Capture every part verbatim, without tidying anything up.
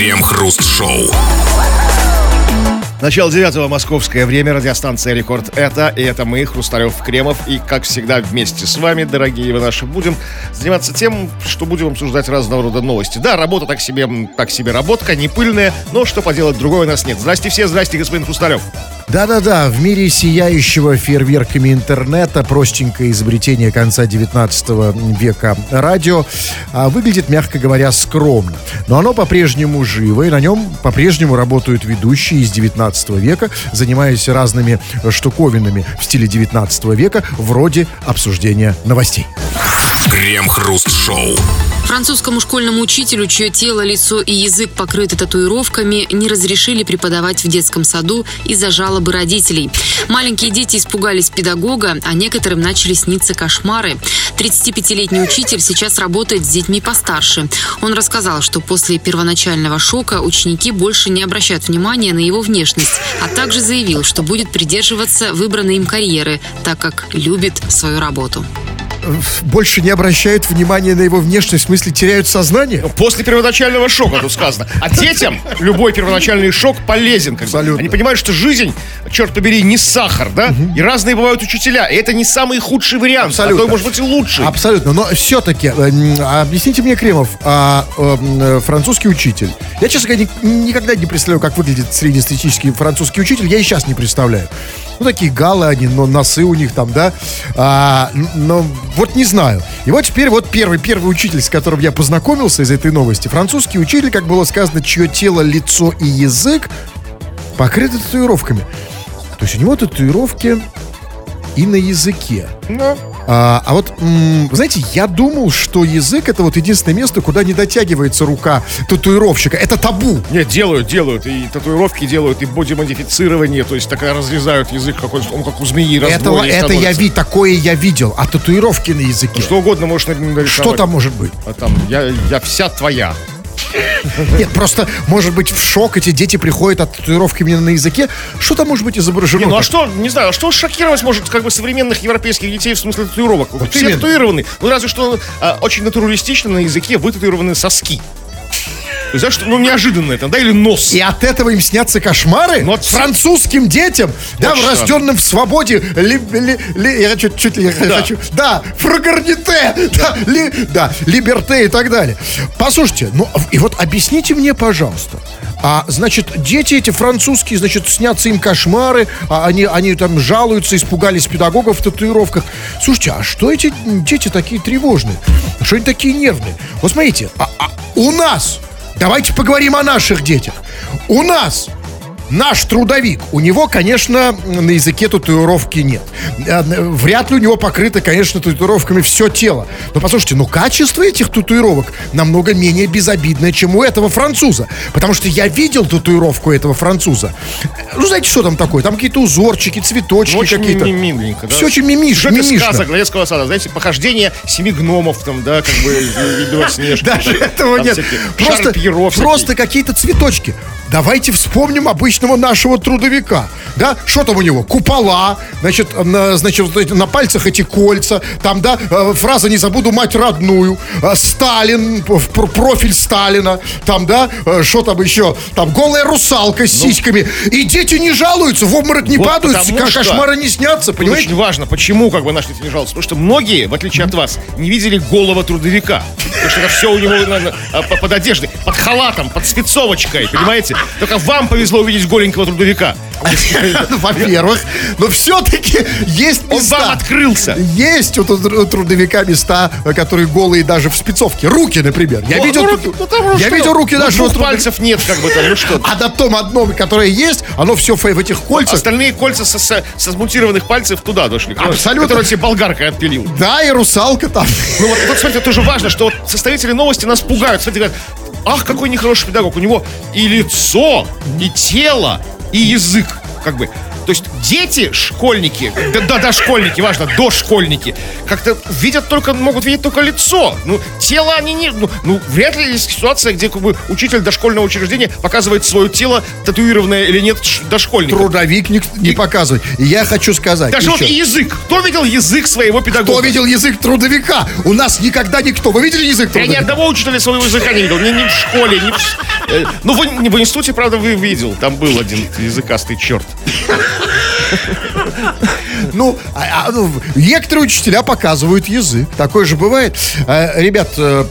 Крем-хруст-шоу. Начало девятого, московское время, радиостанция «Рекорд» это, и это мы, Хрусталев, Кремов, и, как всегда, вместе с вами, дорогие вы наши, будем заниматься тем, что будем обсуждать разного рода новости. Да, работа так себе, так себе работка, не пыльная, но что поделать, другой у нас нет. Здрасте все, здрасте, господин Хрусталев. Да-да-да, в мире сияющего фейерверками интернета простенькое изобретение конца девятнадцатого века радио а, выглядит, мягко говоря, скромно. Но оно по-прежнему живо, и на нем по-прежнему работают ведущие из девятнадцатого века, занимаясь разными штуковинами в стиле девятнадцатого века, вроде обсуждения новостей. Крем-хруст-шоу. Французскому школьному учителю, чье тело, лицо и язык покрыты татуировками, не разрешили преподавать в детском саду из-за жалобы родителей. Маленькие дети испугались педагога, а некоторым начали сниться кошмары. тридцатипятилетний учитель сейчас работает с детьми постарше. Он рассказал, что после первоначального шока ученики больше не обращают внимания на его внешность, а также заявил, что будет придерживаться выбранной им карьеры, так как любит свою работу. Больше не обращают внимания на его внешность, в смысле теряют сознание? После первоначального шока, тут сказано. А детям любой первоначальный шок полезен. Как бы. Они понимают, что жизнь, черт побери, не сахар, да? Угу. И разные бывают учителя. И это не самый худший вариант. Абсолютно. А то, может быть, и лучший. Абсолютно. Но все-таки, э, объясните мне, Кремов, а, э, французский учитель. Я, честно говоря, ни, никогда не представляю, как выглядит среднестатистический французский учитель. Я и сейчас не представляю. Ну, такие галы они, но носы у них там, да. А, но вот не знаю. И вот теперь вот первый, первый учитель, с которым я познакомился из этой новости. Французский учитель, как было сказано, чье тело, лицо и язык покрыты татуировками. То есть у него татуировки и на языке. Да. А, а вот, м- знаете, я думал, что язык — это вот единственное место, куда не дотягивается рука татуировщика. Это табу. Нет, делают, делают. И татуировки делают, и бодимодифицирование. То есть такая разрезают язык, какой он как у змеи раздвоенный. Это, это я ви, такое я видел. А татуировки на языке? Ну, что угодно можешь нарисовать. Что там может быть? А там, я, я вся твоя. Нет, просто, может быть, в шок эти дети приходят от татуировки именно на языке. Что там может быть изображено? Не, ну а что, не знаю, а что шокировать может как бы современных европейских детей в смысле татуировок? Вот все именно татуированы. Ну разве что а, очень натуралистично на языке вытатуированы соски. Знаешь, что, ну, неожиданно это, да, или нос. И от этого им снятся кошмары? Но от... Французским детям, да, рожденным в свободе, ли, ли, ли, я чуть, чуть ли да. хочу, да, фрагарните, да, ли, да, либерте и так далее. Послушайте, ну, и вот объясните мне, пожалуйста, а, значит, дети эти французские, значит, снятся им кошмары, а они, они там жалуются, испугались педагогов в татуировках. Слушайте, а что эти дети такие тревожные? Что они такие нервные? Вот смотрите, а, а у нас... Давайте поговорим о наших детях. У нас наш трудовик, у него, конечно, на языке татуировки нет. Вряд ли у него покрыто, конечно, татуировками все тело. Но послушайте, ну качество этих татуировок намного менее безобидное, чем у этого француза. Потому что я видел татуировку этого француза. Ну, знаете, что там такое? Там какие-то узорчики, цветочки ну, очень какие-то. Миленько, да? Все очень мимиш, Что-то мимишно. из сказок детского сада, знаете, похождение семи гномов там, да, как бы, и Белоснежки. Даже этого нет. Просто какие-то цветочки. Давайте вспомним обычного нашего трудовика. Да, что там у него? Купола, значит, на, значит, на пальцах эти кольца. Там, да, фраза «не забуду мать родную», Сталин, профиль Сталина. Там, да, что там еще? Там голая русалка с ну, сиськами. И дети не жалуются, в обморок не вот падают, кошмары не снятся, понимаете? Очень важно, почему как бы наши дети не жалуются. Потому что многие, в отличие от вас, не видели голого трудовика. Потому что это все у него наверное, под одеждой, под халатом, под спецовочкой, понимаете? Только вам повезло увидеть голенького трудовика. Во-первых, но все-таки есть места. Он вам открылся. Есть у трудовика места, которые голые даже в спецовке. Руки, например. Я видел Я видел руки даже у трудовика. Пальцев нет, как бы там, ну что. А на том одном, которое есть, оно все в этих кольцах. Остальные кольца со смонтированных пальцев туда дошли. Абсолютно. Который себе болгаркой отпилил. Да, и русалка там. Ну вот, смотрите, тоже важно, что составители новости нас пугают. Смотрите, говорят, ах, какой нехороший педагог. У него и лицо, и тело, и язык, как бы. То есть дети, школьники, да, да, дошкольники, важно, дошкольники, как-то видят только, могут видеть только лицо. Ну, тело они не... Ну, ну вряд ли есть ситуация, где как бы учитель дошкольного учреждения показывает свое тело, татуированное или нет, дошкольника. Трудовик не, не показывает. И я хочу сказать... Даже еще. Вот и язык. Кто видел язык своего педагога? Кто видел язык трудовика? У нас никогда никто. Вы видели язык трудовика? Я ни одного учителя своего языка не видел. Ни, ни в школе, ни в... Э, ну, в, в институте, правда, вы видел. Там был один языкастый черт. Ну, а, а, ну, некоторые учителя показывают язык. Такое же бывает. А, ребят,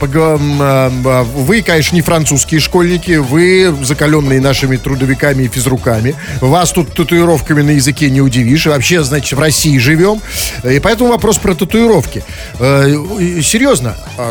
а, вы, конечно, не французские школьники. Вы закаленные нашими трудовиками и физруками. Вас тут татуировками на языке не удивишь. И вообще, значит, в России живем. И поэтому вопрос про татуировки. А, серьезно. А,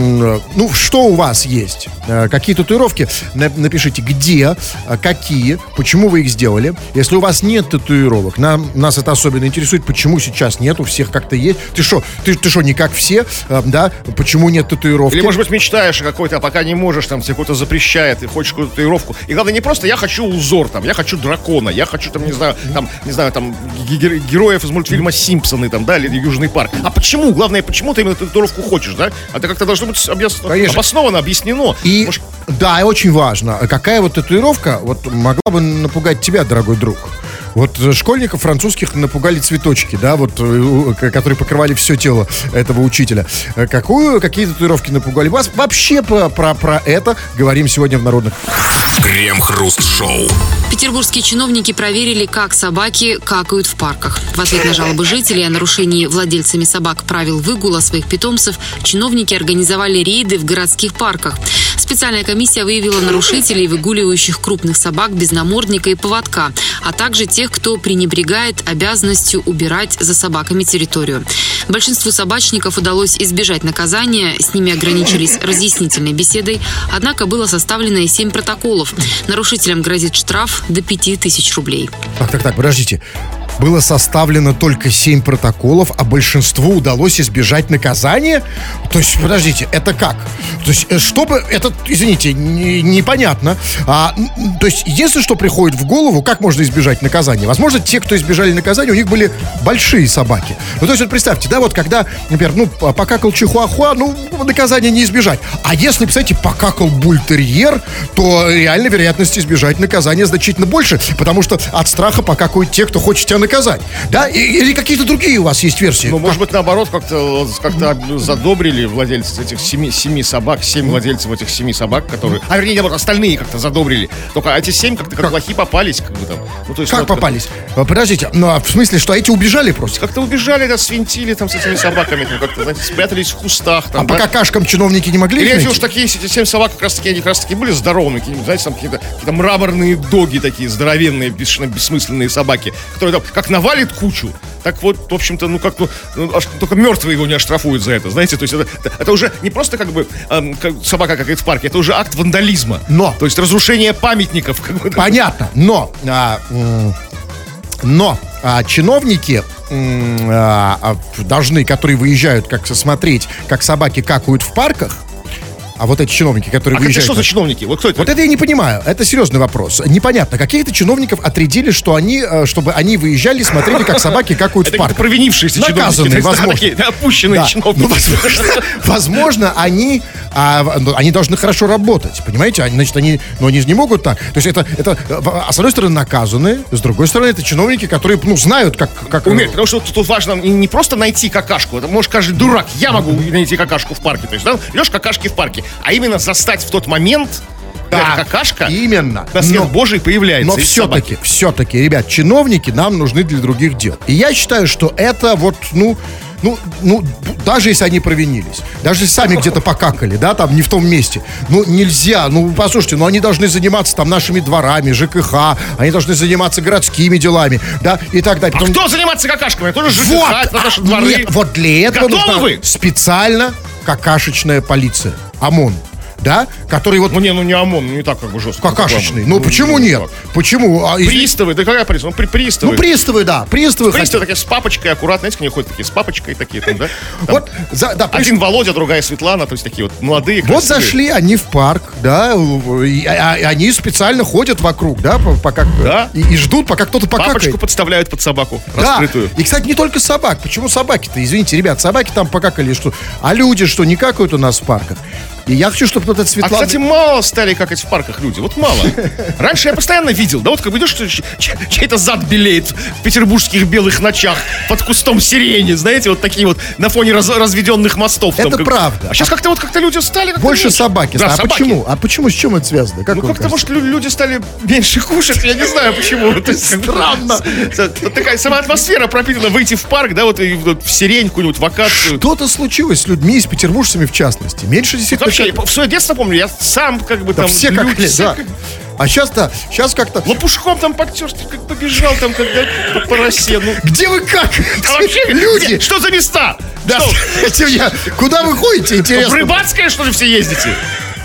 ну, что у вас есть? А, какие татуировки? Напишите, где, какие, почему вы их сделали. Если у вас нет татуировок, нам, нас это особенно интересует, почему сейчас нет, у всех как-то есть. Ты что, ты, ты что, не как все, э, да? Почему нет татуировки? Или, может быть, мечтаешь о какой-то, а пока не можешь, там, тебе кто-то запрещает, и хочешь какую-то татуировку. И главное, не просто я хочу узор, там, я хочу дракона, я хочу, там, не знаю, там, не знаю, там, ге- героев из мультфильма «Симпсоны», там, да, или «Южный парк». А почему? Главное, почему ты именно татуировку хочешь, да? Это как-то должно быть объяс... обосновано, объяснено. И, может... да, очень важно, какая вот татуировка вот могла бы напугать тебя, дорогой друг? Вот школьников французских напугали цветочки, да, вот, которые покрывали все тело этого учителя. Какую, какие татуировки напугали вас? Вообще про, про, про это говорим сегодня в Народных. Крем-хруст-шоу. Петербургские чиновники проверили, как собаки какают в парках. В ответ на жалобы жителей о нарушении владельцами собак правил выгула своих питомцев, чиновники организовали рейды в городских парках. Специальная комиссия выявила нарушителей, выгуливающих крупных собак без намордника и поводка, а также тех, кто пренебрегает обязанностью убирать за собаками территорию. Большинству собачников удалось избежать наказания, с ними ограничились разъяснительной беседой, однако было составлено и семь протоколов. Нарушителям грозит штраф до пяти тысяч рублей. Так, так, так, подождите. Было составлено только семь протоколов, а большинству удалось избежать наказания? То есть, подождите, это как? То есть, чтобы... Это, извините, не, непонятно. А, то есть, если что приходит в голову, как можно избежать наказания? Возможно, те, кто избежали наказания, у них были большие собаки. Ну, то есть, вот представьте, да, вот когда, например, ну, покакал чихуахуа, ну, наказания не избежать. А если, представьте, покакал бультерьер, то реально вероятность избежать наказания значительно больше, потому что от страха покакают те, кто хочет тебя наказать. Да? И, или какие-то другие у вас есть версии? Ну, может быть, наоборот, как-то, как-то задобрили владельцев этих семи, семи собак, семь владельцев этих семи собак, которые... А, вернее, наоборот, остальные как-то задобрили. Только эти семь как-то как, как? плохие попались. Как, бы, там. Ну, то есть, как вот, попались? Как... Подождите, ну, а в смысле, что эти убежали просто? Как-то убежали, да, свинтили там с этими собаками, там, как-то, знаете, спрятались в кустах. Там, а да? по какашкам чиновники не могли? Или эти уж такие, эти семь собак как раз-таки, они как раз-таки были здоровыми, какие-нибудь, знаете, там какие-то, какие-то мраморные доги такие, здоровенные, бессмысленные собаки, которые там как навалит кучу, так вот, в общем-то, ну как-то, ну, только мертвые его не оштрафуют за это, знаете, то есть это, это, это уже не просто как бы эм, как собака какая-то в парке, это уже акт вандализма. Но. То есть разрушение памятников. Как бы, понятно, но, а, но а, чиновники а, должны, которые выезжают, как смотреть, как собаки какают в парках. А вот эти чиновники, которые а выезжают... А что за чиновники? Вот кто это? Вот это я не понимаю. Это серьезный вопрос. Непонятно. Каких-то чиновников отрядили, что они, чтобы они выезжали и смотрели, как собаки какают в парк. Это провинившиеся чиновники. Наказанные, возможно. Такие, да, опущенные да. чиновники. Ну, возможно, возможно, они, а, они должны хорошо работать. Понимаете? Они, значит, они, но они же не могут так. То есть это, это, а с одной стороны, наказанные, с другой стороны, это чиновники, которые, ну, знают, как... как... Умеют, потому что тут, тут важно не просто найти какашку. Это может каждый дурак. Я могу найти какашку в парке. То есть, да, идешь какашки в парке. А именно застать в тот момент, да, какашка именно на свет но, Божий появляется. Но все-таки, все-таки, ребят, чиновники нам нужны для других дел. И я считаю, что это вот, ну, ну, ну, даже если они провинились, даже если сами где-то покакали, да, там не в том месте, ну, нельзя, ну, послушайте, ну, они должны заниматься там нашими дворами, ЖКХ, они должны заниматься городскими делами, да, и так далее. Потом... А кто занимается какашками? Это тоже ЖКХ, вот, это наши дворы. Нет, вот для этого Готовы нужна вы? специально какашечная полиция, ОМОН. да, который вот... Ну, не, ну не ОМОН, ну не так как бы жестко. Какашечный. Ну, почему нет? Почему? А, приставы, да какая приставы? Ну, при, приставы. Ну, приставы, да, приставы. Приставы такие с папочкой, аккуратно, знаете, к ней ходят такие с папочкой такие там, да? Там вот, за, да, один Володя, другая Светлана, то есть такие вот молодые, красивые. Вот зашли они в парк, да, и, а, они специально ходят вокруг, да, пока, да? И, и ждут, пока кто-то покакает. Папочку подставляют под собаку, да. раскрытую. И, кстати, не только собак. Почему собаки-то? Извините, ребят, собаки там покакали, что... А люди что, не какают у нас в парках? И я хочу, чтобы кто-то Светлана... А, кстати, мало стали какать в парках люди. Вот мало. Раньше я постоянно видел. Да вот как бы идешь, что чей-то зад белеет в петербургских белых ночах под кустом сирени. Знаете, вот такие вот на фоне раз, разведенных мостов. Это там, как... правда. А сейчас как-то вот как-то люди стали... Больше меньше. собаки. Да, а собаки. почему? А почему? С чем это связано? Как ну как-то, может, люди стали меньше кушать. Я не знаю, почему. Странно. Вот такая сама атмосфера пропитана. Выйти в парк, да, вот в сирень, какую-нибудь вакацию. Что-то случилось с людьми, с петербуржцами в частности. Меньше действительно... Вообще, в свое детство помню, я сам как бы да там... все как люди, лет, все да. как... А сейчас-то, сейчас как-то... Лопушком там подтерся, как побежал там, когда по, по росе. Ну. Где вы как? А вообще, люди! Где? Что за места? Да, что? Я, куда вы ходите, интересно? В Рыбацкое, что ли, все ездите?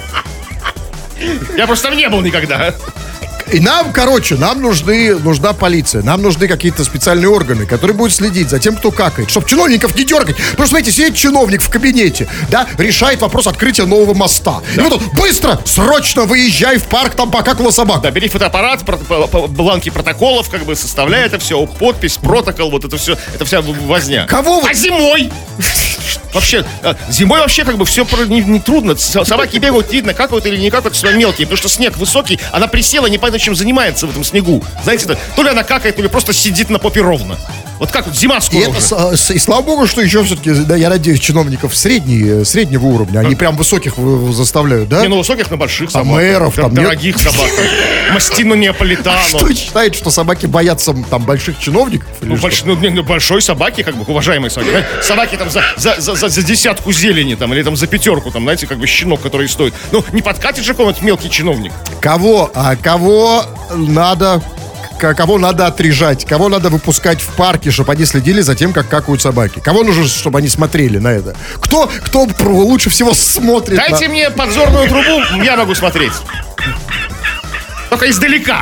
Я просто там не был никогда. И нам, короче, нам нужны, нужна полиция, нам нужны какие-то специальные органы, которые будут следить за тем, кто какает, чтобы чиновников не дергать. Потому что, смотрите, сидит чиновник в кабинете, да, решает вопрос открытия нового моста. Да. И вот он, быстро, срочно выезжай в парк, там покакала собака. Да, бери фотоаппарат, бланки протоколов, как бы составляй это все, подпись, протокол, вот это все, это вся возня. Кого вы? А зимой? Вообще, зимой вообще как бы все не, не трудно. Собаки бегают, видно, какают или не какают, все мелкие, потому что снег высокий, она присела, не понятно, чем занимается в этом снегу. Знаете, то ли она какает, то ли просто сидит на попе ровно. Вот как вот зима скоро и, уже. Это, и слава богу, что еще все-таки, да, я надеюсь, чиновников средней, среднего уровня, они прям высоких заставляют, да? Не, ну высоких на больших собак. А мэров там дорогих нет? собак. Мастину Неаполитано. Что считает, что собаки боятся там больших чиновников? Ну, больш, ну, ну, большой собаки, как бы, уважаемые собаки. Собаки там за, за, за, за, за десятку зелени, там, или там за пятерку, там, знаете, как бы щенок, который стоит. Ну, не подкатит же какой-нибудь мелкий чиновник. Кого, а кого надо... Кого надо отрежать, кого надо выпускать в парке, чтобы они следили за тем, как какают собаки. Кого нужно, чтобы они смотрели на это? Кто, кто лучше всего смотрит? Дайте на... мне подзорную трубу, я могу смотреть. Только издалека.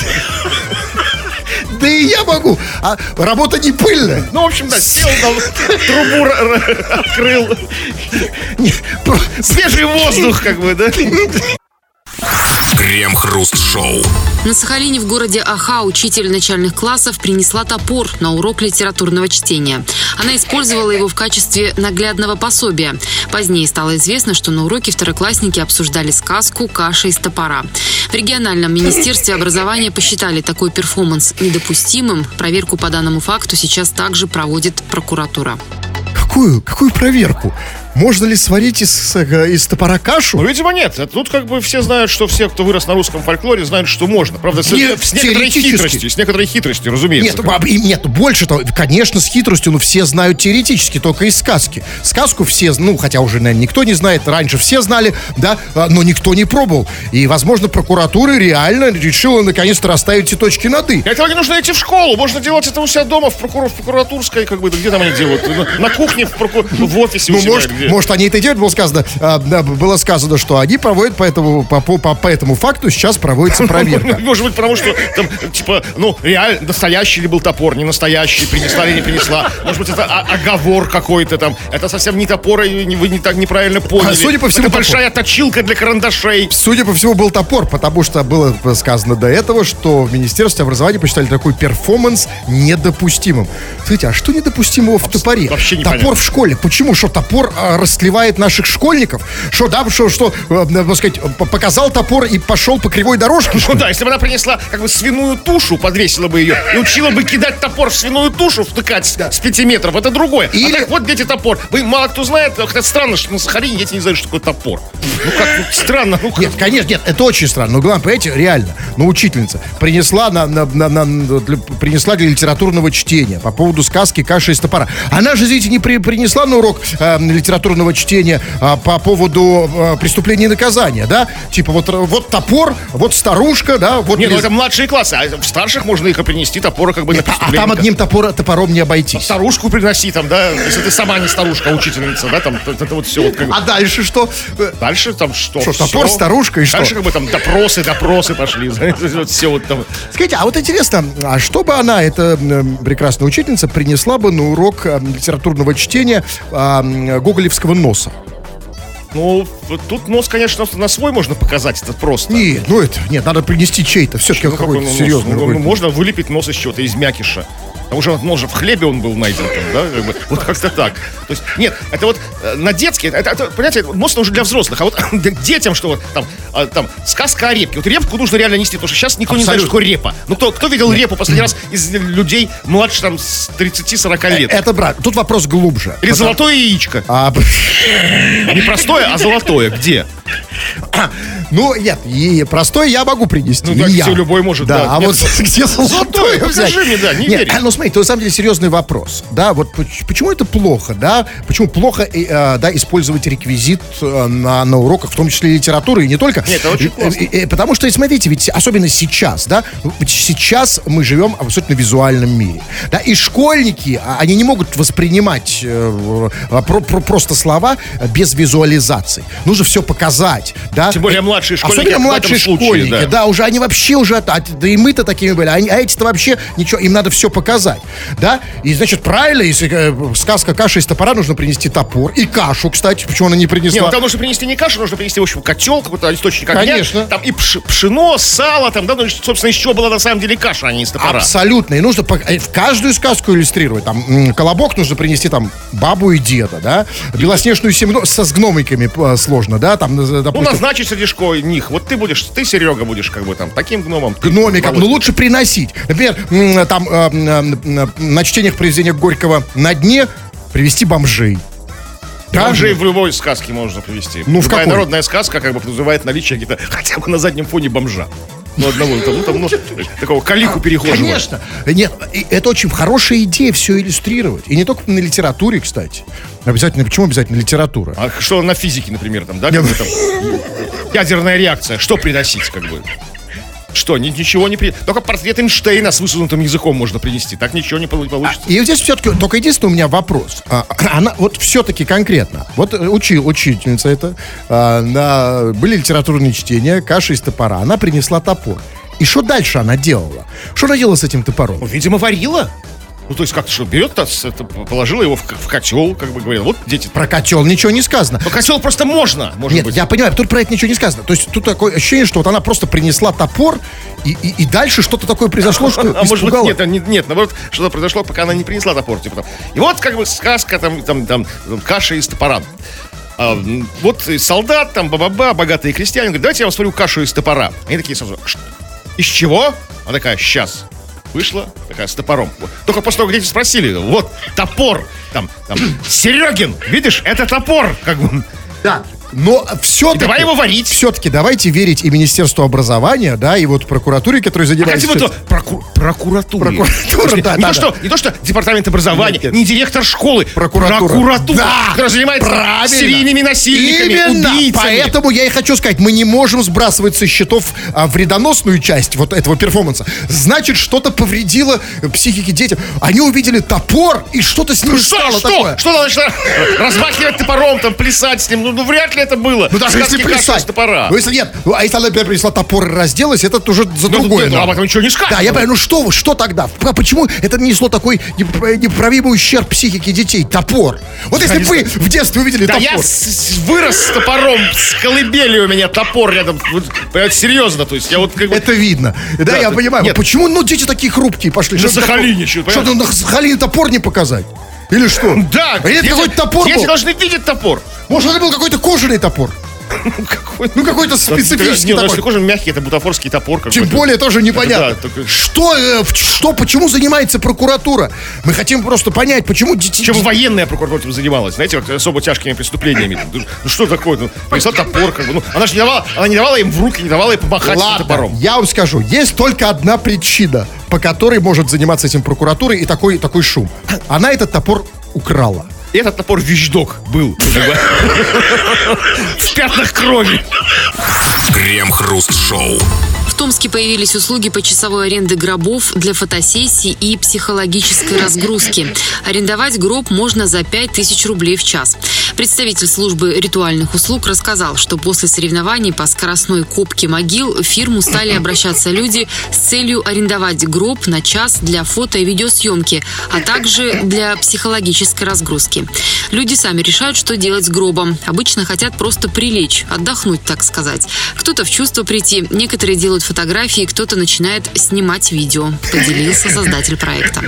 Да и я могу. А работа не пыльная. Ну, в общем, да, сел, трубу открыл. Свежий воздух, как бы, да? Крем-хруст-шоу. На Сахалине в городе Аха учитель начальных классов принесла топор на урок литературного чтения. Она использовала его в качестве наглядного пособия. Позднее стало известно, что на уроке второклассники обсуждали сказку «Каша из топора». В региональном министерстве образования посчитали такой перформанс недопустимым. Проверку по данному факту сейчас также проводит прокуратура. Какую? Какую проверку? Можно ли сварить из, из топора кашу? Ну, видимо, нет. Тут как бы все знают, что все, кто вырос на русском фольклоре, знают, что можно. Правда, с, нет, с некоторой хитростью. С некоторой хитростью, разумеется. Нет, нет, больше того, конечно, с хитростью, но все знают теоретически, только из сказки. Сказку все, ну, хотя уже, наверное, никто не знает, раньше все знали, да, но никто не пробовал. И, возможно, прокуратура реально решила наконец-то расставить эти точки над «и». Для этого не нужно идти в школу, можно делать это у себя дома, в, прокур... в прокуратурской, как бы, где там они делают? На кухне, в, проку... в офисе у ну, себя. Может, где? может, они это и делают, было сказано, а, было сказано, что они проводят по этому, по, по, по этому факту, сейчас проводится проверка. Может быть, потому что там, типа, ну, реально, настоящий ли был топор, не настоящий, принесла или не принесла. Может быть, это оговор какой-то там. Это совсем не топор, и вы не так неправильно поняли. А, судя по всему, это большая точилка для карандашей. Судя по всему, был топор, потому что было сказано до этого, что в Министерстве образования посчитали такой перформанс недопустимым. Смотрите, а что недопустимого в топоре? Вообще топор непонятно. В школе. Почему? Что топор а, растлевает наших школьников? Что, да, что, что, э, так сказать, показал топор и пошел по кривой дорожке? Ну да, если бы она принесла как бы свиную тушу, подвесила бы ее и учила бы кидать топор в свиную тушу, втыкать да. с пяти метров, это другое. Или... А так вот, дети, топор. Вы мало кто знает, хотя странно, что на Сахалине дети не знают, что такое топор. Ну как, ну, странно. Ну, как... Нет, конечно, нет, это очень странно. Но главное, понимаете, реально, ну, учительница принесла, на, на, на, на, для, принесла для литературного чтения по поводу сказки «Каша из топора». Она же, видите, не при, принесла на урок э, литературного литературного чтения а, по поводу а, преступления и наказания, да? Типа вот, вот топор, вот старушка, да? Вот Нет, без... ну это младшие классы, а в старших можно их и принести топора как бы Нет, на а, а преступление. там одним топор, топором не обойтись. Старушку приноси там, да, если ты сама не старушка, а учительница, да, там, это, это вот все вот как бы. А дальше что? Дальше там что? Что, Всё. топор, старушка и что? Дальше как бы там допросы, допросы пошли, вот все вот там. Скажите, а вот интересно, а что бы она, эта э, прекрасная учительница, принесла бы на урок э, литературного чтения э, гоголевского носа? Ну, вот тут нос, конечно, на свой можно показать, это просто. Нет, ну это, нет, надо принести чей-то, все-таки Ну, какой-то какой нос? серьезный. Ну, какой-то. можно вылепить нос из чего-то, из мякиша. Потому что нос же в хлебе он был найден, там, да, как бы, вот как-то так. То есть, нет, это вот э, на детские, это, это, понимаете, нос уже для взрослых, а вот детям, что вот там, а, там, сказка о репке. Вот репку нужно реально нести, потому что сейчас никто Абсолютно. не знает, что такое репа. Ну, кто, кто видел репу последний раз из людей младше, там, с тридцати-сорока лет? Это, брат, тут вопрос глубже. Или Потому- золотое яичко. А, Не простое, а золотое. Где? ну, нет, и простой я могу принести. Ну, и так я. все, любой может, да. а Нет, вот где золотое ну, взять? скажи мне, да, не Нет, верю. а, ну, смотри, это на самом деле серьезный вопрос. Да, вот поч- почему это плохо, да? Почему плохо, э, э, да, использовать реквизит э, на, на уроках, в том числе литературы, и не только. Нет, это очень Э, классно. э, э, Потому что, смотрите, ведь особенно сейчас, да, ведь сейчас мы живем в абсолютно визуальном мире. Да, и школьники, а, они не могут воспринимать э, э, про- про- просто слова без визуализации. Нужно все показать, да. Тем более младшие школьники Особенно в этом младшие случае, школьники, да. да. уже они вообще уже, а, да и мы-то такими были, они, а эти-то вообще ничего, им надо все показать, да. И, значит, правильно, если э, сказка «Каша из топора», нужно принести топор и кашу, кстати, почему она не принесла. Не, ну там нужно принести не кашу, нужно принести, в общем, котел, какой-то источник огня. Конечно. Там и пш- пшено, сало, там, да, ну, собственно, из чего была на самом деле каша, а не из топора. Абсолютно. И нужно пок- э, в каждую сказку иллюстрировать. Там м, колобок нужно принести там бабу и деда, да. Белоснежную семью со с гномиками э, сложно, да. Там, э, Ну, допустим, назначить среди школ них. Вот ты будешь, ты, Серега, будешь как бы там таким гномом. ты гномиком. Ну, Володя. лучше приносить. Например, м, там э, м, э, на чтениях произведения Горького «На дне» привести бомжей. Бомжей в любой сказке можно привести. Ну, в Любая какой? народная сказка как бы подразумевает наличие где-то хотя бы на заднем фоне бомжа. Ну, одного, там, ну, там, ну, такого калику перехожего. Конечно. Нет, и это очень хорошая идея все иллюстрировать. И не только на литературе, кстати. Обязательно, почему обязательно литература? А что на физике, например, там, да? Как бы там, ядерная реакция. Что приносить, как бы? Что, ни- ничего не при... Только портрет Эйнштейна с высунутым языком можно принести. Так ничего не полу- получится. И вот здесь все-таки только единственный у меня вопрос. А, она вот все-таки конкретно. Вот э, учил, учительница это. а, на, были литературные чтения, «Каша из топора». Она принесла топор. И что дальше она делала? Что она делала с этим топором? Ну, видимо, варила. Ну, то есть, как-то что, берет, так, это, положила его в, к- в котел, как бы говорит, вот дети. Про котел ничего не сказано. Но котел просто можно, может Нет, быть. я понимаю, тут про это ничего не сказано. То есть тут такое ощущение, что вот она просто принесла топор, и, и, и дальше что-то такое произошло, что А может быть, испугало. нет, нет, нет, наоборот, что-то произошло, пока она не принесла топор. Типа, там. И вот как бы сказка, там, там, там, каша из топора. А, м, вот и солдат, там, ба-ба-ба, богатые крестьяне, говорят, давайте я вам сварю кашу из топора. Они такие сразу, «Ш- из чего? Она такая, сейчас. Вышла, такая, с топором. Вот. Только после того, как дети спросили, вот, топор, там, там, Серегин, видишь, это топор, как бы. Да. Но все-таки... И давай его варить. Все-таки давайте верить и Министерству образования, да, и вот прокуратуре, которая А занимается... как типа то, проку- прокуратура. Прокуратура, да, не, да, то, что, не то, что департамент образования, Нет, нет. не директор школы, Прокуратура. прокуратура, Да, которая занимается правильно. серийными насильниками, Именно. убийцами. Поэтому я и хочу сказать, мы не можем сбрасывать со счетов а, вредоносную часть вот этого перформанса. Значит, что-то повредило э, психике детям. Они увидели топор, и что-то с ним Ну что, стало что? такое. Что надо начать размахивать топором, там, плясать с ним? Ну, ну, вряд ли это было. Ну, даже если Сказки «Каша из плясать. топора». Ну, если нет. Ну, а если она, например, принесла топор и разделась, это уже за Ну, другое. ну, надо. об этом ничего не скажешь. Да, я понимаю, ну что, вы, что тогда? А почему это нанесло такой непро- непоправимый ущерб психике детей? Топор. Вот если не бы вы в детстве увидели Да топор. я с- с- вырос с топором, с колыбелью у меня топор рядом. Вот, понимаете, серьезно, то есть я вот как бы... Это видно. Да, Да, я ты- понимаю. нет. Почему, ну, дети такие хрупкие пошли? На Что Сахалине топор- что-то, Что-то на Сахалине топор не показать? Или что? Да, А это дети- какой-то топор дети был? должны видеть топор. Может, это был какой-то кожаный топор? Какой? Ну, какой-то специфический Нет, ну, топор. если кожа мягкий, это бутафорский топор. Тем какой-то. более тоже непонятно. да, только- Что, э, в- что, почему занимается прокуратура? Мы хотим просто понять, почему дети... Чем военная прокуратура этим занималась, знаете, вот особо тяжкими преступлениями. Ну, ну что такое? Ну, принесла топор, как бы. Ну, она же не давала, она не давала им в руки, не давала им помахать этим топором. я вам скажу, есть только одна причина, по которой может заниматься этим прокуратура и такой, такой шум. Она этот топор украла. этот напор вещдок был. В пятнах крови. Крем-хруст-шоу. В Томске появились услуги по часовой аренде гробов для фотосессий и психологической разгрузки. Арендовать гроб можно за пять тысяч рублей в час. Представитель службы ритуальных услуг рассказал, что после соревнований по скоростной копке могил в фирму стали обращаться люди с целью арендовать гроб на час для фото и видеосъемки, а также для психологической разгрузки. Люди сами решают, что делать с гробом. Обычно хотят просто прилечь, отдохнуть, так сказать. Кто-то в чувство прийти, некоторые делают фотографии, кто-то начинает снимать видео, поделился создатель проекта.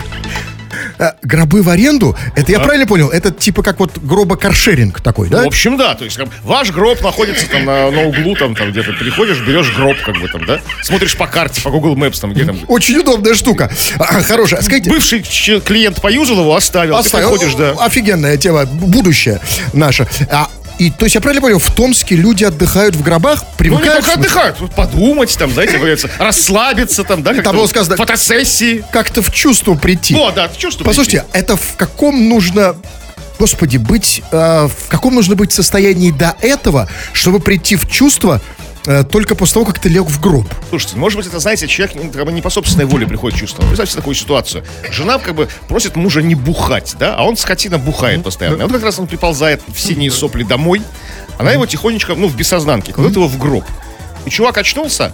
А, гробы в аренду, это я а? правильно понял? Это типа как вот гробокаршеринг такой, да? В общем, да, то есть как, ваш гроб находится там на, на углу, там, там где-то приходишь, берешь гроб, как бы там, да? Смотришь по карте, по Google Maps, там, где там. Очень удобная штука. А, хорошая. Скажите, бывший клиент поюзал его, оставил, оставил. Ты приходишь, да. Офигенная тема, будущее наше. А И, то есть, я правильно понял, в Томске люди отдыхают в гробах, привыкают... Ну, не только отдыхают, подумать, там, знаете, говорится, расслабиться, там, да, как-то, было сказано, фотосессии. Как-то в чувство прийти. О, да, в чувство Послушайте, прийти. это в каком нужно... Господи, быть... Э, в каком нужно быть состоянии до этого, чтобы прийти в чувство... Только после того, как ты лег в гроб. Слушайте, может быть, это, знаете, человек как бы, не по собственной воле приходит в чувство. Представьте такую ситуацию. Жена как бы просит мужа не бухать, да, а он, скотина, бухает постоянно. И вот как раз он приползает в синие сопли домой, она его тихонечко, ну, в бессознанке, кладет его в гроб. И чувак очнулся,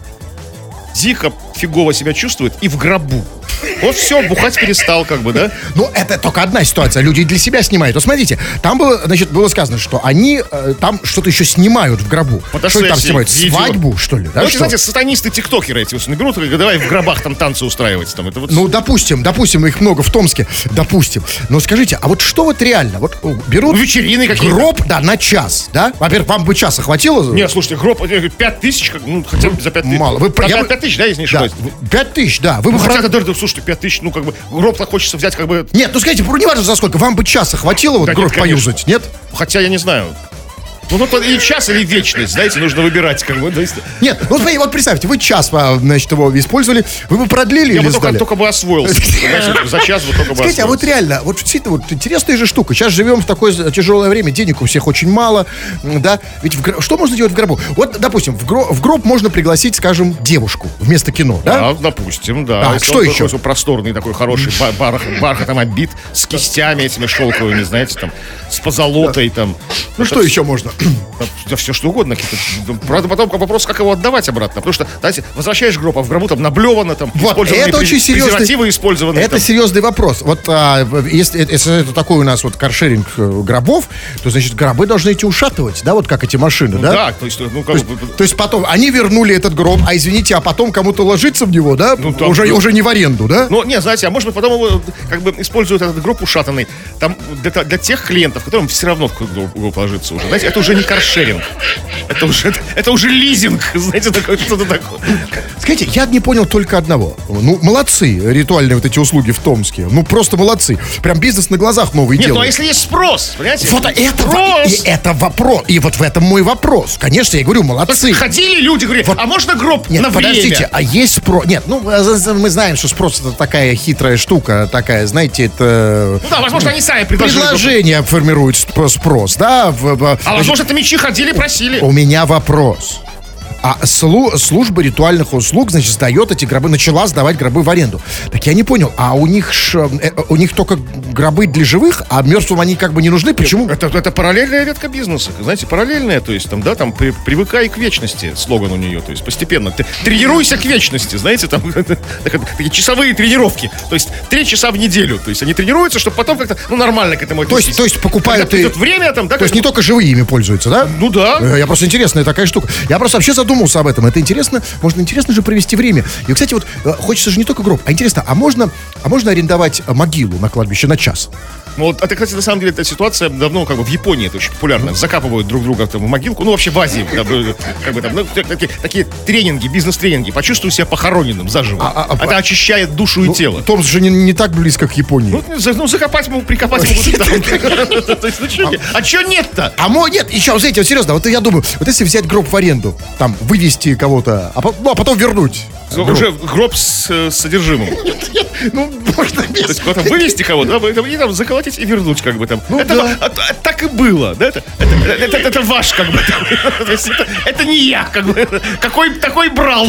дико фигово себя чувствует и в гробу. Вот все, бухать перестал, как бы, да? Ну, это только одна ситуация. Люди для себя снимают. Вот смотрите, там было, значит, было сказано, что они э, там что-то еще снимают в гробу. Что они там снимают? Видео. Свадьбу, что ли? Да, ну, что? знаете, сатанисты-тиктокеры эти вот наберут, и давай в гробах там танцы устраивать. Там, это вот... Ну, допустим, допустим, их много в Томске. Допустим. Но скажите, а вот что вот реально? Вот берут... Ну, вечерины какие-то. Гроб, да, на час, да? Во-первых, вам бы часа хватило? Нет, слушайте, гроб пять тысяч, ну, хотя бы за пять тысяч. Мало. Вы, я... пять тысяч, да, если не ошибаюсь? пять тысяч, да. Вы ну, бы хотя, про... да, да, слушайте, пять тысяч, ну, как бы, гроб-то хочется взять, как бы... Нет, ну, скажите, не важно за сколько, вам бы часа хватило вот да гроб нет, поюзать, нет? Хотя, я не знаю... Ну, вот или час, или вечность, знаете, нужно выбирать, как бы. Нет, ну, смотри, вот представьте, вы час, значит, его использовали, вы бы продлили я или бы только, сдали? только бы освоился. За час бы только бы Скажите, а вот реально, вот действительно, вот интересная же штука. Сейчас живем в такое тяжелое время, денег у всех очень мало, да? Ведь в, что можно делать в гробу? Вот, допустим, в гроб, в гроб можно пригласить, скажем, девушку вместо кино, да? Да, допустим, да. А, что еще? Такой просторный такой хороший бар, бархатом обит, с кистями этими шелковыми, знаете, там, с позолотой, там. Ну, что еще можно? Да все что угодно. Правда, потом вопрос, как его отдавать обратно. Потому что, знаете, возвращаешь гроб, а в гробу там наблевано, там, вот, это очень серьезный, презервативы использованы. Это там. Серьезный вопрос. Вот а, если, если это такой у нас вот каршеринг гробов, то, значит, гробы должны идти ушатывать, да, вот как эти машины, ну, да? Да, то есть, ну, как... то, есть, то есть потом они вернули этот гроб, а извините, а потом кому-то ложиться в него, да? Ну, там, уже, ну, уже не в аренду, да? Ну, не, знаете, а может быть, потом его как бы используют этот гроб ушатанный там для, для тех клиентов, которым все равно в гроб ложиться уже. Знаете, это уже не каршеринг. Это уже, это, это уже лизинг, знаете, такое, что-то такое. Скажите, я не понял только одного. Ну, молодцы, ритуальные вот эти услуги в Томске. Ну, просто молодцы. Прям бизнес на глазах новый делают. Нет, ну а если есть спрос, понимаете? Вот это, спрос. И это вопрос. И вот в этом мой вопрос. Конечно, я говорю, молодцы. Ходили люди, говорят, вот. А можно гроб Нет, на подождите, время? А есть спрос? Нет, ну, мы знаем, что спрос это такая хитрая штука, такая, знаете, это... Ну да, возможно, они сами предложили. Предложение формирует спрос, да? В, в, а значит, возможно, это мечи ходили, просили. У меня вопрос. А слу, служба ритуальных услуг, значит, сдает эти гробы, начала сдавать гробы в аренду. Так я не понял, а у них ж, э, у них только гробы для живых, а мертвым они как бы не нужны? Почему? Это, это параллельная ветка бизнеса, знаете, параллельная, то есть там, да, там, при, привыкай к вечности, слоган у нее, то есть постепенно. Ты, тренируйся к вечности, знаете, там, такие часовые тренировки, то есть три часа в неделю, то есть они тренируются, чтобы потом как-то, ну, нормально к этому отнестись. То есть, то есть покупают и... время там, да? То есть не только живые ими пользуются, да? Ну да. Я просто интересная такая штука. Я просто вообще задумался об этом. Это интересно, можно интересно же провести время. И, кстати, вот хочется же не только гроб, а интересно, а можно, а можно арендовать могилу на кладбище на час? Ну, вот, это, кстати, на самом деле, эта ситуация давно, как бы, в Японии это очень популярно. Закапывают друг друга там, в могилку. Ну, вообще в Азии. Как бы, как бы, там, ну, такие, такие тренинги, бизнес-тренинги. Почувствуй себя похороненным заживо. А, а, это а, очищает душу ну, и тело. Томск же не, не так близко к Японии. Ну, за, ну закопать могут, прикопать могут там. То есть, ну, что А что нет-то? А нет, еще, знаете, вот серьезно, вот я думаю, вот если взять гроб в аренду, там, вывести кого-то, а потом вернуть. Уже гроб с содержимым. Ну, можно без... То есть куда-то вывести кого-то, да, и там заколотить и вернуть, как бы там. Ну, это, да. а, а, так и было, да? Это, это, это, это, это ваш, как бы. То есть это, это не я, как бы. Какой такой брал.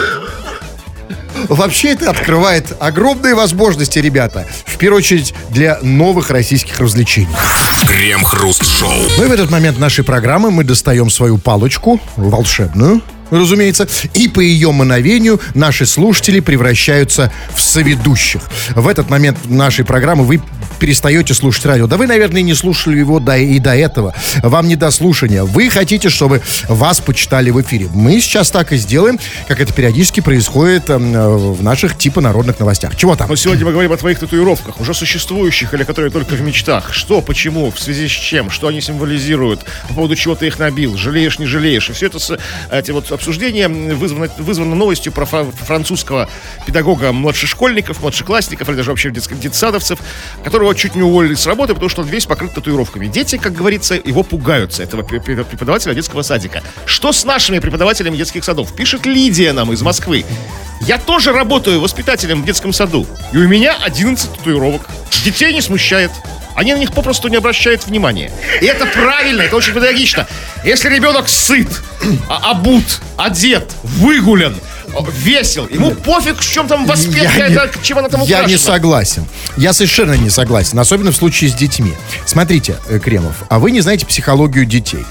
Вообще это открывает огромные возможности, ребята. В первую очередь для новых российских развлечений. Крем-хруст-шоу. Ну и в этот момент нашей программы мы достаем свою палочку, волшебную, разумеется, и по ее мановению наши слушатели превращаются в соведущих. В этот момент нашей программы вы перестаете слушать радио. Да вы, наверное, не слушали его до, и до этого. Вам не до слушания. Вы хотите, чтобы вас почитали в эфире. Мы сейчас так и сделаем, как это периодически происходит э, в наших типа народных новостях. Чего там? Но сегодня мы говорим о твоих татуировках, уже существующих или которые только в мечтах. Что, почему, в связи с чем, что они символизируют, по поводу чего ты их набил, жалеешь, не жалеешь. И все это, эти вот обсуждения вызвано, вызвано новостью про французского педагога младшешкольников, младшеклассников или даже вообще детск- детсадовцев, которого чуть не уволили с работы, потому что он весь покрыт татуировками. Дети, как говорится, его пугаются, этого преподавателя детского садика. Что с нашими преподавателями детских садов? Пишет Лидия нам из Москвы. Я тоже работаю воспитателем в детском саду, и у меня одиннадцать татуировок. Детей не смущает. Они на них попросту не обращают внимания. И это правильно, это очень педагогично. Если ребенок сыт, обут, одет, выгулян, весел, ему пофиг, в чем там воспитка, чем она там украшена. Я не согласен. Я совершенно не согласен. Особенно в случае с детьми. Смотрите, Кремов, а вы не знаете психологию детей.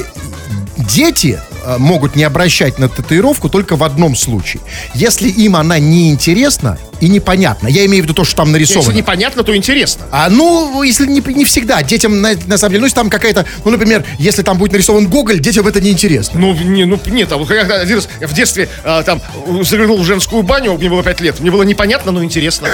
Дети могут не обращать на татуировку только в одном случае. Если им она неинтересна и непонятна. Я имею в виду то, что там нарисовано. Если непонятно, то интересно. А ну, если не, не всегда. Детям, на, на самом деле, ну, если там какая-то... Ну, например, если там будет нарисован Гоголь, детям это неинтересно. Ну, не, ну нет, а вот когда один раз в детстве а, там заглянул в женскую баню, мне было пять лет, мне было непонятно, но интересно.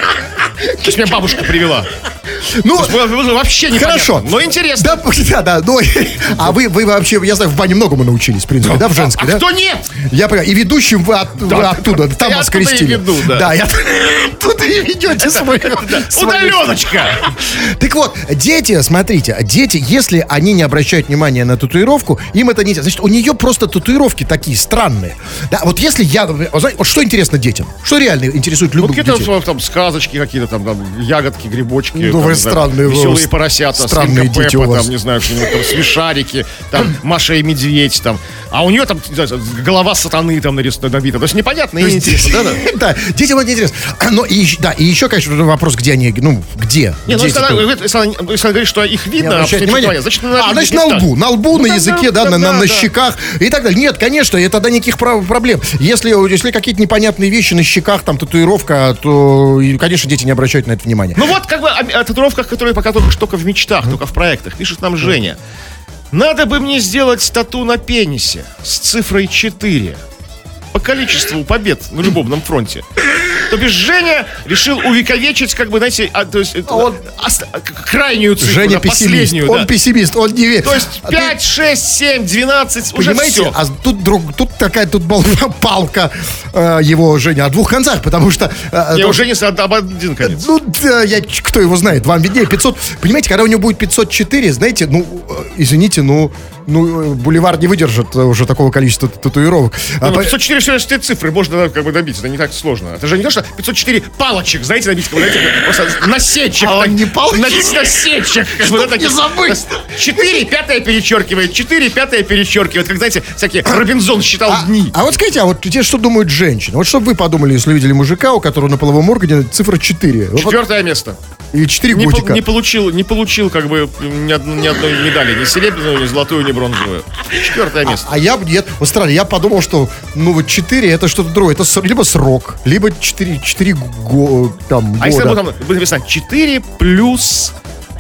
То есть меня бабушка привела. Ну, было, было вообще непонятно, хорошо. Но интересно. Да, да, да. Ну, а вы, вы вообще, я знаю, в бане многому научились, в принципе, да, в женской, а, да? А кто нет? Я понимаю, и ведущим вы, от, да, вы оттуда, там я вас оттуда крестили. И веду, да. Да, я оттуда и ведете свою. Удаленочка. Так вот, дети, смотрите, дети, если они не обращают внимания на татуировку, им это не... Значит, у нее просто татуировки такие странные. Да, вот если я... Вот что интересно детям? Что реально интересует любых вот детей? Там, там сказочки какие-то, там, там ягодки, грибочки. Ну, там, вы там, странные. веселые поросята, странные свинка дети Пеппа, у вас. там, не знаю, что-нибудь там, смешарики, там, Маша и Медведь, там. А у нее там голова сатаны там нарисована, набита. То есть непонятно и неинтересно, да? Да, детям это интересно. Но и, да, и еще, конечно, вопрос, где они, ну, где? Не, ну, если она, если, она, если она говорит, что их видно, а внимание, значит, на, а, значит, на лбу, на лбу, ну, на языке, да, да, на, да, на, на да. щеках и так далее. Нет, конечно, это тогда никаких проблем. Если, если какие-то непонятные вещи на щеках, там, татуировка, то, конечно, дети не обращают на это внимания. Ну вот, как бы, о, о татуировках, которые пока только, только в мечтах, только в проектах, пишет нам Женя. Надо бы мне сделать тату на пенисе с цифрой четыре. По количеству побед на любовном фронте. То бишь Женя решил увековечить, как бы, знаете, а, то есть, он, а, крайнюю цифру, Женя да, пессимист, последнюю. он Да. пессимист, он не верит. То есть А пять, ты, шесть, семь, двенадцать, уже понимаете, все. а тут, друг, тут такая тут была палка э, его, Женя, о двух концах, потому что... Э, Я то- уже не об один конец. Ну, да, я, кто его знает, вам виднее, пятьсот, понимаете, когда у него будет пятьсот четыре, знаете, ну, э, извините, ну, ну, э, бульвар не выдержит э, уже такого количества т- татуировок. А Ну, по- пятьсот четыре всего лишь те цифры можно, да, как бы добить, это не так сложно. Это же не то, что пятьсот четыре палочек, знаете, набить, как бы, знаете, просто насечек. А он так, не палочек? на- Насечек. как бы, Чтоб да, не таких. забыть. четыре, пятое перечеркивает, четыре, пятое перечеркивает. Как, знаете, всякие Робинзон считал А, дни. а вот скажите, а вот те, что думают женщины? Вот что бы вы подумали, если увидели мужика, у которого на половом органе цифра четыре? Вот- Четвертое место. Или четыре Не, годика? по- не получил, не получил, как бы, ни, одну- ни одной медали. Ни серебряную, ни золотую, ни бронзовую. Четвертое место. А я, нет, вот странно, я подумал, что, ну, вот четыре это что-то другое. Это с- либо срок, либо четыре, четыре го, там, А если года. там будет написано четыре плюс...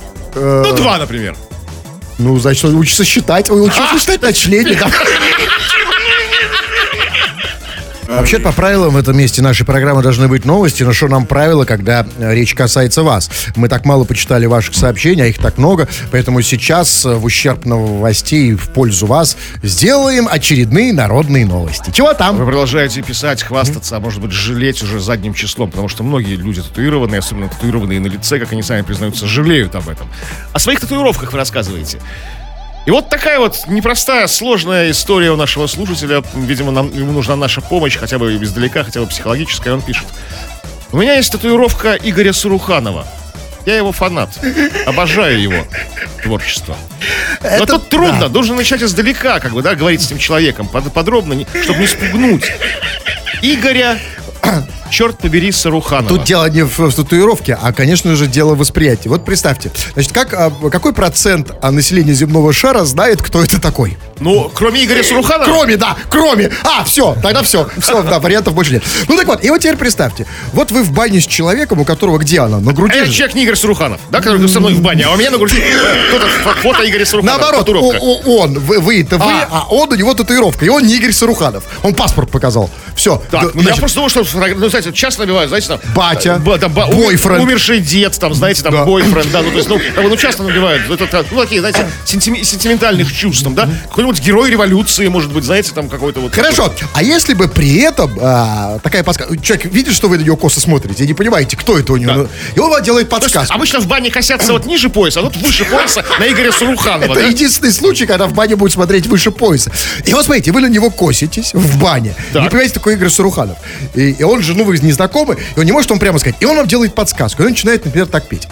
Э, Ну, два, например. Ну, значит, он учится считать. Он учится А, считать на члене. да. Вообще, по правилам в этом месте нашей программы должны быть новости, но что нам правило, когда э, речь касается вас? Мы так мало почитали ваших сообщений, а их так много, поэтому сейчас э, в ущерб новостей в пользу вас сделаем очередные народные новости. Чего там? Вы продолжаете писать, хвастаться, а может быть жалеть уже задним числом, потому что многие люди татуированные, особенно татуированные на лице, как они сами признаются, жалеют об этом. О своих татуировках вы рассказываете. И вот такая вот непростая, сложная история у нашего слушателя. Видимо, нам, ему нужна наша помощь, хотя бы издалека, хотя бы психологическая. Он пишет. У меня есть татуировка Игоря Саруханова. Я его фанат. Обожаю его творчество. Но Это- тут трудно. да. Должен начать издалека, как бы, да, говорить с этим человеком. под- Подробно, не- чтобы не спугнуть. Игоря, черт побери, Саруханова. Тут дело не в, в татуировке, а, конечно же, дело в восприятии. Вот представьте, значит, как, а, какой процент а, населения земного шара знает, кто это такой? Ну, кроме Игоря Саруханова... Кроме, да, кроме. А, все, тогда все. Все, да, вариантов больше нет. Ну так вот, и вот теперь представьте. Вот вы в бане с человеком, у которого где она? На А груди я же. человек не Игорь Саруханов, да, который со мной в бане, а у меня на груди э, кто-то фо- фото Игоря Саруханова. Наоборот, татуировка. о- о- он, вы, вы, это вы, А. а он, у него татуировка. И он не Игорь Саруханов. Он паспорт показал. Все. Так, ну я просто думал, что, ну, знаете, часто набивают, знаете, там... Батя, э, ба- там, ба- бойфренд. Умерший дед, там, знаете, там, Да. бойфренд, да, ну, то есть, ну, как бы, ну, часто набивают, это, так, ну, такие, знаете, сентими- сентиментальных чувств, там, да, какой-нибудь герой революции, может быть, знаете, там, какой-то вот... Хорошо, а если бы при этом а, такая подсказка... Человек видит, что вы на нее косо смотрите, и не понимаете, кто это у него. Да. ну, И он вам делает То есть, подсказку. обычно в бане косятся вот ниже пояса, а тут выше пояса на Игоря Саруханова, Это да? единственный случай, когда в бане будет смотреть выше пояса. И вот смотрите, вы на него коситесь в бане. Так. Не понимаете, такой Игорь Саруханов. И, и он же, ну, вы не знакомы, и он не может вам прямо сказать. И он вам делает подсказку. И он начинает, например, так петь.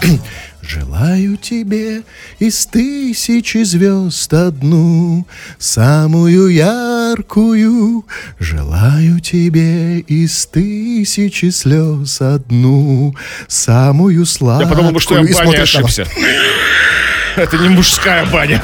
Желаю тебе из тысячи звезд одну, самую яркую. Желаю тебе из тысячи слез одну, самую сладкую. Я подумал, что я И в бане смотрит на вас. ошибся. Это не мужская баня.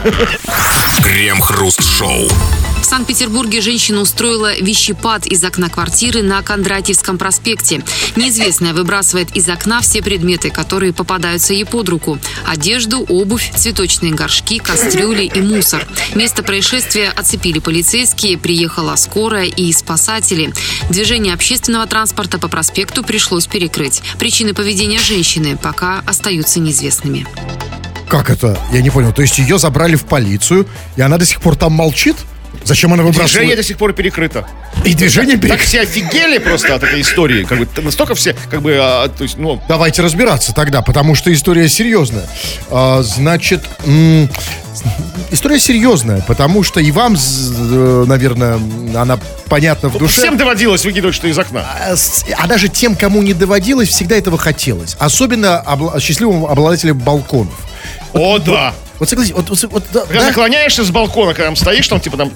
Крем-хруст-шоу. В Санкт-Петербурге женщина устроила вещепад из окна квартиры на Кондратьевском проспекте. Неизвестная выбрасывает из окна все предметы, которые попадаются ей под руку. Одежду, обувь, цветочные горшки, кастрюли и мусор. Место происшествия оцепили полицейские, приехала скорая и спасатели. Движение общественного транспорта по проспекту пришлось перекрыть. Причины поведения женщины пока остаются неизвестными. Как это? Я не понял. То есть ее забрали в полицию, и она до сих пор там молчит? Зачем она Движение выбрасывает? до сих пор перекрыто. И движение Так перекрыто. все офигели просто от этой истории. Как бы настолько все, как бы, а, то есть, ну, Давайте разбираться тогда, потому что история серьезная. А, значит, м, история серьезная, потому что и вам, з- э, наверное, она понятна в душе. всем доводилось выкидывать что из окна. А с- а даже тем, кому не доводилось, всегда этого хотелось. Особенно обла- счастливым обладателям балконов. О, да. Вот согласитесь, вот, вот- вот, да, Когда да? наклоняешься с балкона, когда там стоишь, там, типа, там,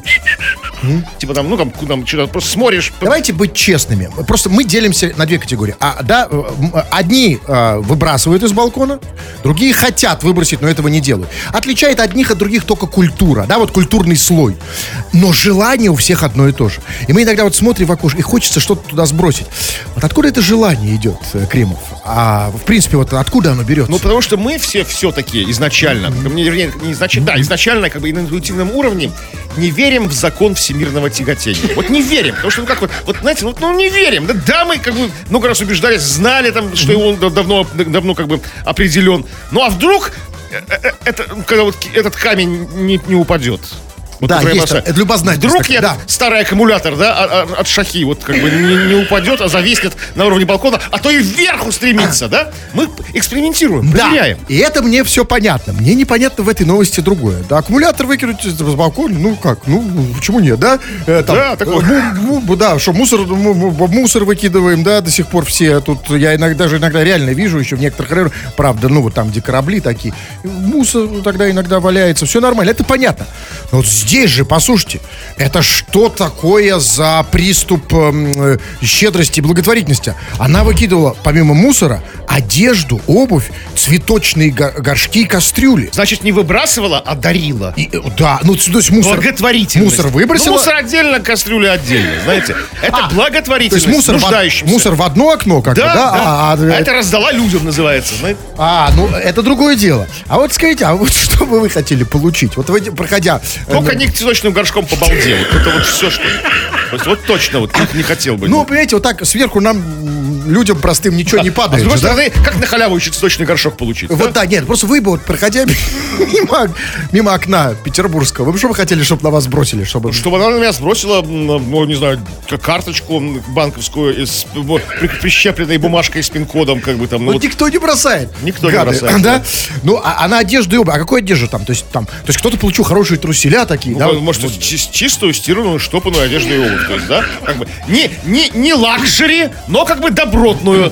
типа, там, ну, там, там что-то просто смотришь. Давайте быть честными. Просто мы делимся на две категории. А, да, э, м, одни э, выбрасывают из балкона, другие хотят выбросить, но этого не делают. Отличает одних от других только культура, да, вот культурный слой. Но желание у всех одно и то же. И мы иногда вот смотрим в окошко, и хочется что-то туда сбросить. Вот откуда это желание идет, э, Кремов? А в принципе, вот откуда оно берется? Ну, потому что мы все все-таки изначально, мне, вернее, не изначально, да, изначально, как бы и на интуитивном уровне, не верим в закон всемирного тяготения. Вот не верим, потому что, ну, как вот, вот знаете, вот, ну, не верим. Да, да, мы, как бы, много раз убеждались, знали, там, что он да- давно, давно, как бы, определен. Ну, а вдруг э, э, это, когда вот этот камень не, не упадет? Вот, Да, который есть бросаю. там, это любознательность Вдруг такая, я да. старый аккумулятор, да, от, от- от шахи, вот как бы не, не упадет, а зависнет на уровне балкона, а то и вверх устремится, да? Мы экспериментируем, проверяем. Да, и это мне все понятно. Мне непонятно в этой новости другое. Да, аккумулятор выкинуть с балкона, ну как, ну почему нет, да? Э, там, Да, такое. э, му- му- да, что мусор, му- му- мусор выкидываем, да, до сих пор все. Тут я иногда, даже иногда реально вижу еще в некоторых районах, правда, ну вот там, где корабли такие, мусор тогда иногда валяется, все нормально, это понятно. Но вот здесь же, послушайте, это что такое за приступ эм, э, щедрости и благотворительности? Она выкидывала, помимо мусора, одежду, обувь, цветочные го- горшки и кастрюли. Значит, не выбрасывала, а дарила. И, э, да, ну, то есть мусор... Благотворительность. Мусор выбросила. Ну, мусор отдельно, кастрюля отдельно, знаете. Это А, То благотворительность есть мусор в, од- нуждающимся. мусор в одно окно, как Да, бы, да? да. А, А, а, это раздала людям, называется, знаете. а, ну, это другое дело. А вот скажите, а вот что бы вы хотели получить? Вот вы, проходя... э, Только не к цветочным горшком побалдел. Вот это вот все, что... То есть вот точно вот не, не хотел бы. Ну, понимаете, вот так сверху нам, м, людям простым, ничего не а с падает другой же, да? стороны, как на халяву еще цветочный горшок получить? Вот да, нет, просто вы бы вот, проходя мимо, мимо окна петербургского, вы бы что бы хотели, чтобы на вас бросили? Чтобы... Чтобы она на меня сбросила, м, ну, не знаю, как карточку м, банковскую, из, вот, при- прищепленной бумажкой с пин-кодом, как бы там. Ну, Вот вот. никто не бросает. Никто не Гады, бросает, Да? да. Ну, а, а на одежду и обувь. А какой одежду там? То есть, там, то есть кто-то получил хорошие труселя такие, Ну, да? может, Вот. чи- чистую, стированную, штопанную одежду и обувь. То есть, да, как бы не, не, не лакшери, но как бы добротную.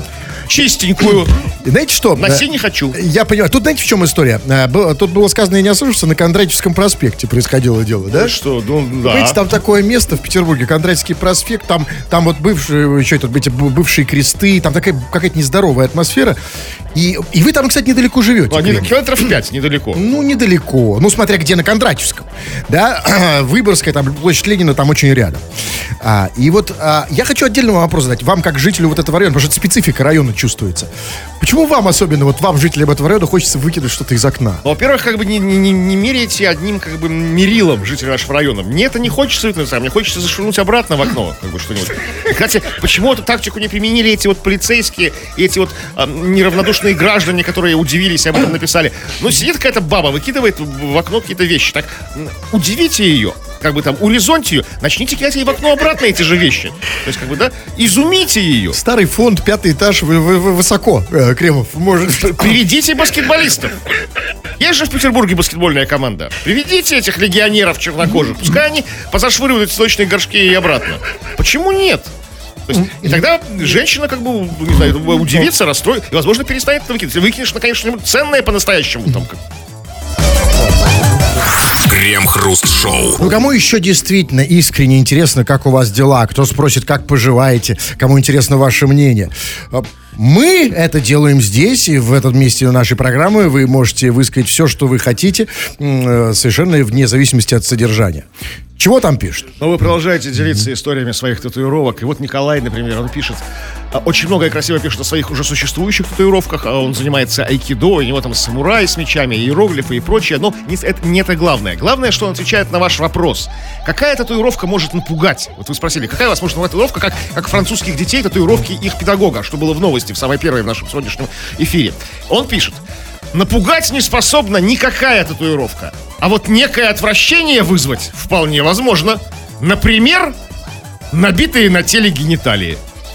чистенькую. Знаете что? Носи не хочу. Я понимаю. Тут знаете, в чем история? Тут было сказано, я не ослышался, на Кондратьевском проспекте происходило дело, да? Что? Ну, да. Знаете, там такое место в Петербурге, Кондратьевский проспект, там, там вот бывшие, еще это, эти бывшие кресты, там такая какая-то нездоровая атмосфера. И, и вы там, кстати, недалеко живете. А, не, километров пять, недалеко. Ну, недалеко. Ну, смотря где на Кондратьевском. Да, Выборгская, там, площадь Ленина, там очень рядом. А, и вот а, я хочу отдельный вопрос задать. Вам, как жителю вот этого района, потому что это специфика района чувствуется. Почему вам особенно, вот вам, жителям этого района, хочется выкинуть что-то из окна? Ну, во-первых, как бы не, не, не, не меряйте одним, как бы, мерилом жителей нашего района. Мне это не хочется выкинуть, а мне хочется зашвырнуть обратно в окно, как бы, что-нибудь. Кстати, почему эту тактику не применили эти вот полицейские, эти вот а, неравнодушные граждане, которые удивились, об этом написали. Ну, сидит какая-то баба, выкидывает в окно какие-то вещи. Так, удивите ее, как бы там, урезоньте ее, начните кидать ей в окно обратно эти же вещи. То есть, как бы, да, изумите ее. Старый фонд, пятый этаж, вы, вы, вы высоко, э, Кремов, может... Приведите баскетболистов. Есть же в Петербурге баскетбольная команда. Приведите этих легионеров чернокожих. Пускай они позашвыривают цветочные горшки и обратно. Почему нет? То есть, и тогда женщина, как бы, не знаю, удивится, расстроит, и, возможно, перестанет это выкинуть. Выкинешь, конечно, что-нибудь ценное по-настоящему. Там, как... Крем-хруст-шоу. Ну, кому еще действительно искренне интересно, как у вас дела? Кто спросит, как поживаете? Кому интересно ваше мнение? Мы это делаем здесь, и в этом месте нашей программы вы можете высказать все, что вы хотите, совершенно вне зависимости от содержания. Чего там пишут? Ну, вы продолжаете делиться историями своих татуировок. И вот Николай, например, он пишет, очень много и красиво пишет о своих уже существующих татуировках. Он занимается айкидо, у него там самурай с мечами, иероглифы и прочее. Но не, это не это главное. Главное, что он отвечает на ваш вопрос. Какая татуировка может напугать? Вот вы спросили, какая у вас может напугать татуировка, как, как французских детей, татуировки их педагога, что было в новости, в самой первой в нашем сегодняшнем эфире. Он пишет: напугать не способна никакая татуировка. А вот некое отвращение вызвать вполне возможно. Например, набитые на теле гениталии.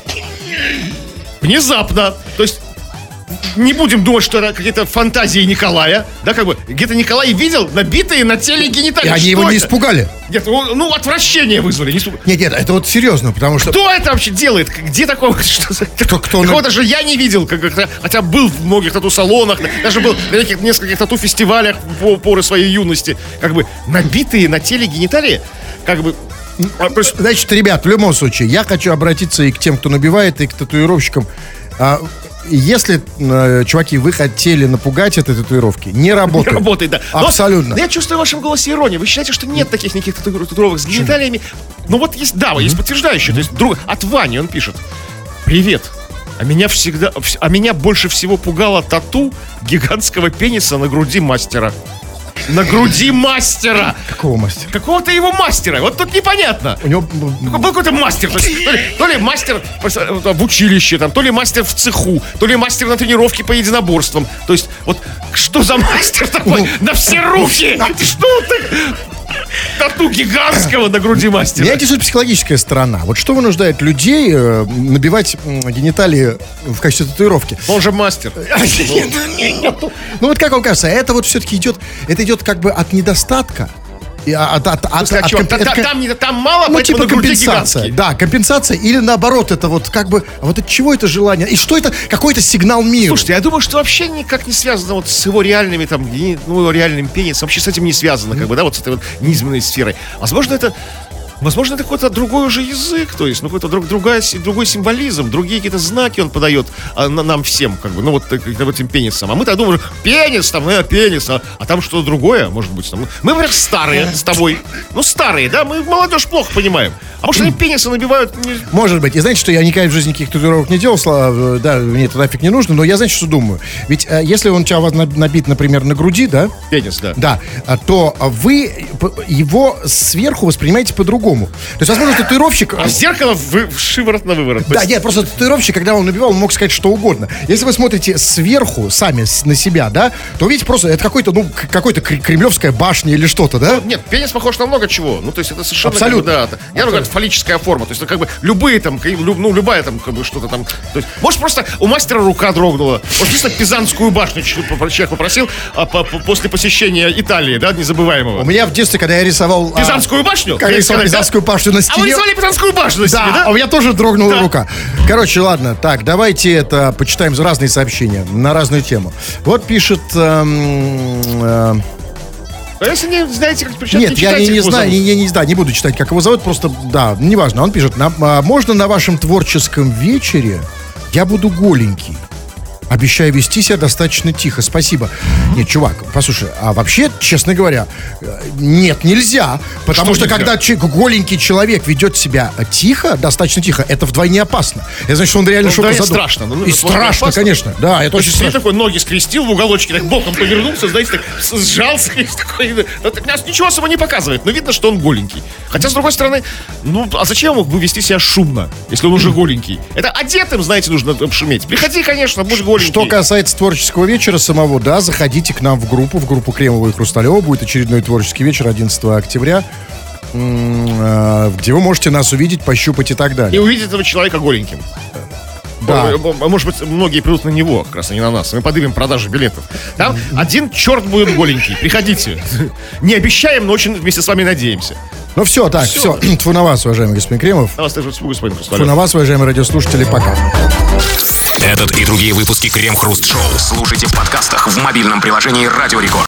Внезапно. То есть не будем думать, что это какие-то фантазии Николая. Да, как бы, где-то Николай видел набитые на теле гениталии. И они что его не это? испугали. Нет, ну, ну отвращение вызвали. Не испуг... Нет, нет, это вот серьезно, потому что... Кто это вообще делает? Где такого? Что, кто, кто такого даже я не видел, как, хотя, хотя был в многих тату-салонах, даже был на неких, нескольких тату-фестивалях в поры своей юности. Как бы набитые на теле гениталии, как бы... Значит, ребят, в любом случае, я хочу обратиться и к тем, кто набивает, и к татуировщикам. Если, э, чуваки, вы хотели напугать этой татуировки, не работает. Не работает, да. Абсолютно. Но, но я чувствую в вашем голосе иронию. Вы считаете, что нет таких никаких татуировок с гениталиями? Ну вот есть, да, mm-hmm. есть подтверждающие. Mm-hmm. То есть друг, от Вани он пишет: привет. А меня всегда, а меня больше всего пугало тату гигантского пениса на груди мастера. На груди мастера. Какого мастера? Какого-то его мастера. Вот тут непонятно. У него был какой-то мастер. То, есть, то, ли, то ли мастер в училище, там, то ли мастер в цеху, то ли мастер на тренировке по единоборствам. То есть, вот что за мастер такой? Ну, на все руки! Что ты? Тату гигантского на груди мастера. Меня интересует психологическая сторона. Вот что вынуждает людей э, набивать э, гениталии в качестве татуировки? Он же мастер. Ну вот как вам кажется, это вот все-таки идет, это идет как бы от недостатка. От, от, от, от, от, там, там, там мало, ну, типа компенсация. Да, компенсация. Или наоборот, это вот как бы, вот от чего это желание? И что это? Какой-то сигнал миру. Слушайте, я думаю, что вообще никак не связано вот с его реальными там, ну, его реальным пенисом. Вообще с этим не связано, как бы, да, вот с этой вот низменной сферой. Возможно, это... Возможно, это какой-то другой уже язык, то есть, ну, какой-то друг, другая, другой символизм, другие какие-то знаки он подает а, на, нам всем, как бы, ну, вот этим пенисом. А мы-то думаем, пенис, там, э, пенис, а, а там что-то другое, может быть. Там. Мы, например, старые с тобой, ну, старые, да, мы молодежь плохо понимаем. А может, они пенисы набивают... Может быть. И знаете, что я никогда в жизни никаких татуировок не делал, слава, да, мне это нафиг не нужно, но я, знаете, что думаю? Ведь э, если он у тебя набит, например, на груди, да? Пенис, да. Да, то вы его сверху воспринимаете по-другому. То есть, возможно, татуировщик... А зеркало в, в шиворот на выворот. Да, нет, просто татуировщик, когда он набивал, он мог сказать что угодно. Если вы смотрите сверху, сами на себя, да, то видите просто, это какой-то, ну, какой-то кремлевская башня или что-то, да? Ну, нет, пенис похож на много чего. Ну, то есть, это совершенно... Абсолютно. Как бы, да, я говорю, фаллическая форма. То есть, это как бы любые там, ну, любая там, как бы, что-то там... То есть, может, просто у мастера рука дрогнула. Может, действительно, Пизанскую башню человек попросил а, по, по, после посещения Италии, да, незабываемого. У меня в детстве, когда я рисовал... Пизанскую башню? Когда я рисовал, Пизанскую башню на А вы стене. рисовали Пизанскую башню на Да, стене, да? а у меня тоже дрогнула Да. рука. Короче, ладно, так, давайте это почитаем разные сообщения на разную тему. Вот пишет... эм, э, А если не знаете, как причем, Нет, я читайте, не, не как его знаю, зовут. не, не, не, да, не буду читать, как его зовут, просто, да, неважно. Он пишет, на- а, можно на вашем творческом вечере я буду голенький. Обещаю вести себя достаточно тихо. Спасибо. Нет, чувак, послушай, а вообще, честно говоря, э, нет, нельзя. Потому Что что, нельзя? когда че- голенький человек ведет себя тихо, достаточно тихо, это вдвойне опасно. Это значит, что он реально Ну, что-то вдвойне задумал. страшно. Ну, И это вдвойне страшно, опасно. конечно. Да, это То очень есть ты страшно. такой ноги скрестил, в уголочке так боком повернулся, знаете, так с- сжался и такой... ну, так нас ничего особо не показывает, но видно, что он голенький. Хотя, с другой стороны, ну, а зачем мог бы вести себя шумно, если он уже голенький? Это одетым, знаете, нужно шуметь. Приходи, конечно, будь голенький. Что касается творческого вечера самого, да, заходите к нам в группу, в группу Кремова и Хрусталева. Будет очередной творческий вечер одиннадцатого октября, м, э, где вы можете нас увидеть, пощупать и так И далее. увидеть этого человека голеньким. Да. О, Может быть, многие придут на него, как раз, а не на нас. Мы поднимем продажи билетов. Там один черт будет голенький. Приходите. Не обещаем, но очень вместе с вами надеемся. Ну все, так, все. Всё. Тьфу на вас, уважаемый господин Кремов. На вас также господин Тьфу Хрусталев. на вас, уважаемые радиослушатели, пока. Этот и другие выпуски Крем-Хруст Шоу слушайте в подкастах в мобильном приложении Радио Рекорд.